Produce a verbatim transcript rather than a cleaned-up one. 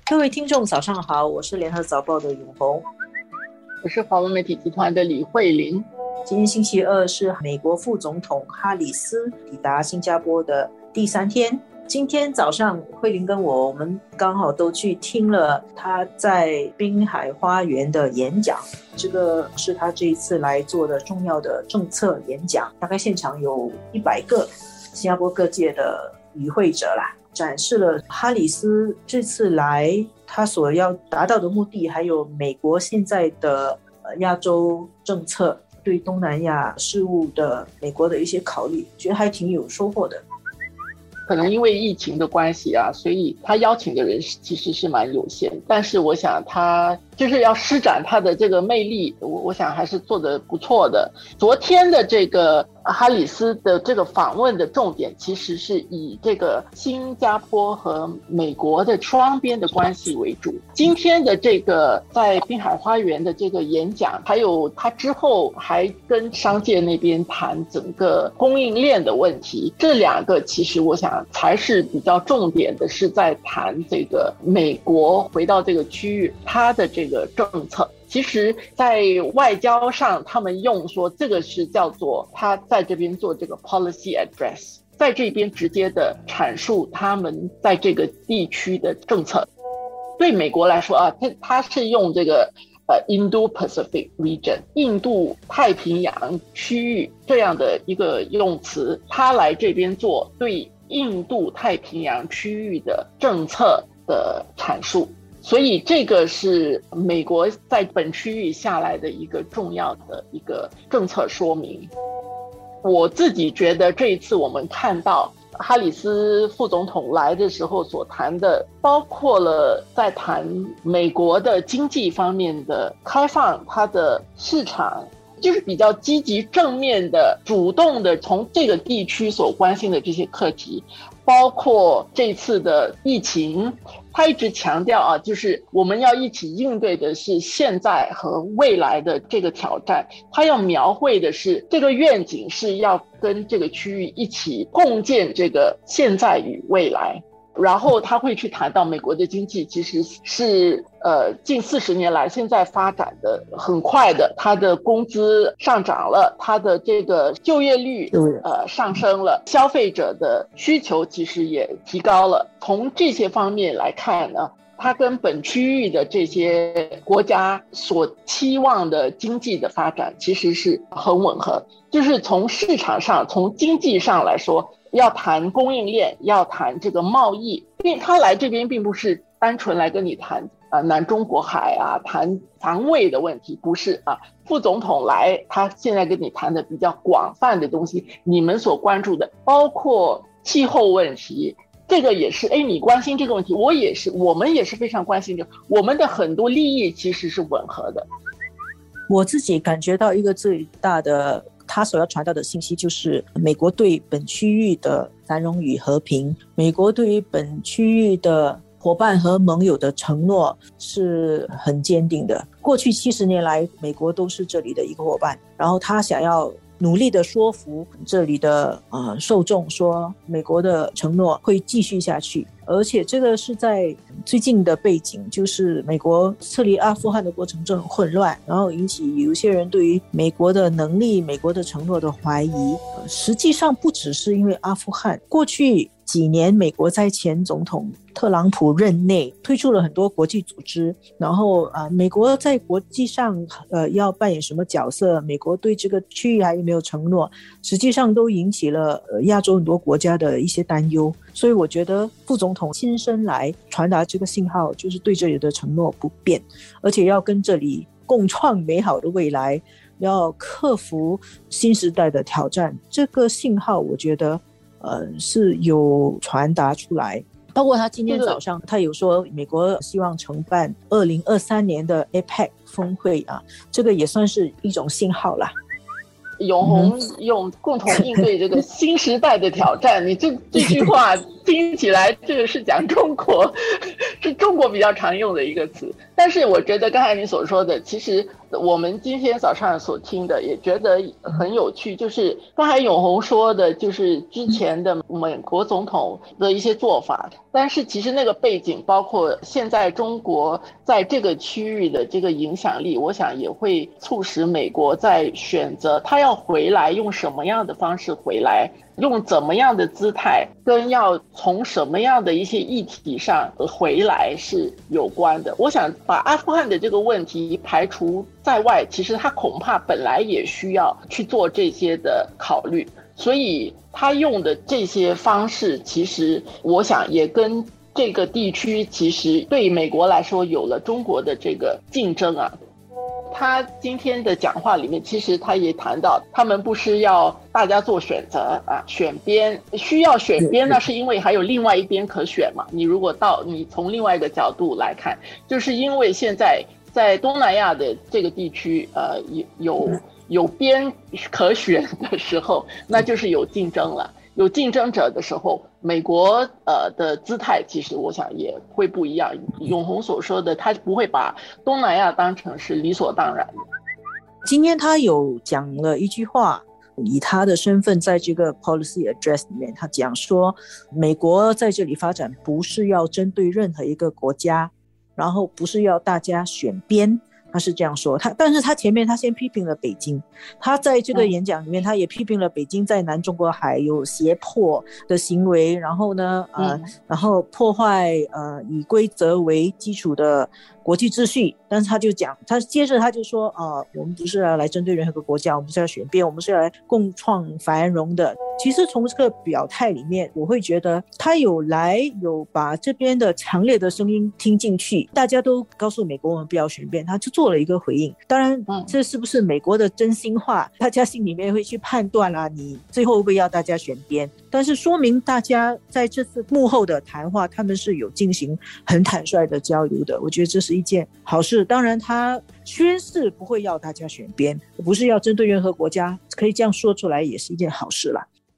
各位听众早上好，我是联合早报的永红， 我是华文媒体集团的李慧玲。 今天星期二是美国副总统哈里斯抵达新加坡的第三天。今天早上慧玲跟我我们刚好都去听了他在滨海花园的演讲，这个是他这一次来做的重要的政策演讲，大概现场有一百个新加坡各界的与会者啦，展示了哈里斯这次来他所要达到的目的，还有美国现在的亚洲政策对东南亚事务的美国的一些考虑，觉得还挺有收获的。 可能因为疫情的关系啊，所以他邀请的人其实是蛮有限，但是我想他就是要施展他的这个魅力，我我想还是做得不错的。昨天的这个哈里斯的这个访问的重点其实是以这个新加坡和美国的双边的关系为主。今天的这个在滨海花园的这个演讲，还有他之后还跟商界那边谈整个供应链的问题，这两个其实我想才是比较重点的，是在谈这个美国回到这个区域它的这个政策。其实在外交上他们用说这个是叫做他在这边做这个 policy address， 在这边直接的阐述他们在这个地区的政策。对美国来说啊，他他是用这个呃 Indo-Pacific region 印度太平洋区域这样的一个用词，他来这边做对印度太平洋区域的政策的阐述。所以这个是美国在本区域下来的一个重要的一个政策说明。我自己觉得这一次我们看到哈里斯副总统来的时候所谈的，包括了在谈美国的经济方面的开放，它的市场就是比较积极正面的主动的从这个地区所关心的这些课题，包括这次的疫情，他一直强调啊，就是我们要一起应对的是现在和未来的这个挑战，他要描绘的是这个愿景是要跟这个区域一起共建这个现在与未来。然后他会去谈到美国的经济其实是呃近四十年来现在发展的很快的，他的工资上涨了，他的这个就业率呃上升了，消费者的需求其实也提高了。从这些方面来看呢，它跟本区域的这些国家所期望的经济的发展其实是很吻合，就是从市场上从经济上来说，要谈供应链，要谈这个贸易，因为他来这边并不是单纯来跟你谈啊南中国海啊，谈防卫的问题，不是啊。副总统来，他现在跟你谈的比较广泛的东西，你们所关注的包括气候问题，这个也是，哎，你关心这个问题，我也是，我们也是非常关心这个，我们的很多利益其实是吻合的。 我自己感觉到一个最大的他所要传达的信息，就是美国对本区域的繁荣与和平，美国对于本区域的伙伴和盟友的承诺是很坚定的。过去七十年来，美国都是这里的一个伙伴，然后他想要努力的说服这里的、呃、受众说美国的承诺会继续下去。而且这个是在最近的背景，就是美国撤离阿富汗的过程正混乱，然后引起有些人对于美国的能力、美国的承诺的怀疑。实际上不只是因为阿富汗，过去几年美国在前总统特朗普任内推出了很多国际组织，然后、呃、美国在国际上、呃、要扮演什么角色，美国对这个区域还有没有承诺，实际上都引起了、呃、亚洲很多国家的一些担忧。所以我觉得副总统亲身来传达这个信号，就是对这里的承诺不变，而且要跟这里共创美好的未来，要克服新时代的挑战，这个信号我觉得呃是有传达出来。包括他今天早上他有说美国希望承办二零二三年的 A P E C 峰会啊，这个也算是一种信号啦。 永红用共同应对这个新时代的挑战，你这这句话就听起来这个是讲中国，是中国比较常用的一个词。但是我觉得刚才你所说的，其实我们今天早上所听的也觉得很有趣，就是刚才永红说的，就是之前的美国总统的一些做法，但是其实那个背景包括现在中国在这个区域的这个影响力，我想也会促使美国在选择他要回来用什么样的方式回来，用怎么样的姿态，跟要从什么样的一些议题上回来是有关的。我想把阿富汗的这个问题排除在外，其实他恐怕本来也需要去做这些的考虑，所以他用的这些方式，其实我想也跟这个地区其实对美国来说有了中国的这个竞争啊。他今天的讲话里面，其实他也谈到，他们不是要大家做选择啊，选边，需要选边，那是因为还有另外一边可选嘛。你如果到你从另外一个角度来看，就是因为现在在东南亚的这个地区，呃，有有边可选的时候，那就是有竞争了。有竞争者的时候，美国呃的姿态其实我想也会不一样。永红所说的，他不会把东南亚当成是理所当然的。 今天他有讲了一句话，以他的身份在这个 policy address 里面，他讲说，美国在这里发展不是要针对任何一个国家，然后不是要大家选边。他是这样说，他但是他前面他先批评了北京，他在这个演讲里面他也批评了北京在南中国海有胁迫的行为，然后呢呃、嗯、然后破坏呃以规则为基础的国际秩序。但是他就讲，他接着他就说呃我们不是要来针对任何个国家，我们不是要选边，我们是要来共创繁荣的。其实从这个表态里面，我会觉得他有来有把这边的强烈的声音听进去，大家都告诉美国我们不要选边，他就做了一个回应。当然这是不是美国的真心话，大家心里面会去判断啦、啊，你最后会不会要大家选边，但是说明大家在这次幕后的谈话，他们是有进行很坦率的交流的，我觉得这是一件好事。当然他宣誓不会要大家选边，不是要针对任何国家，可以这样说出来也是一件好事啦。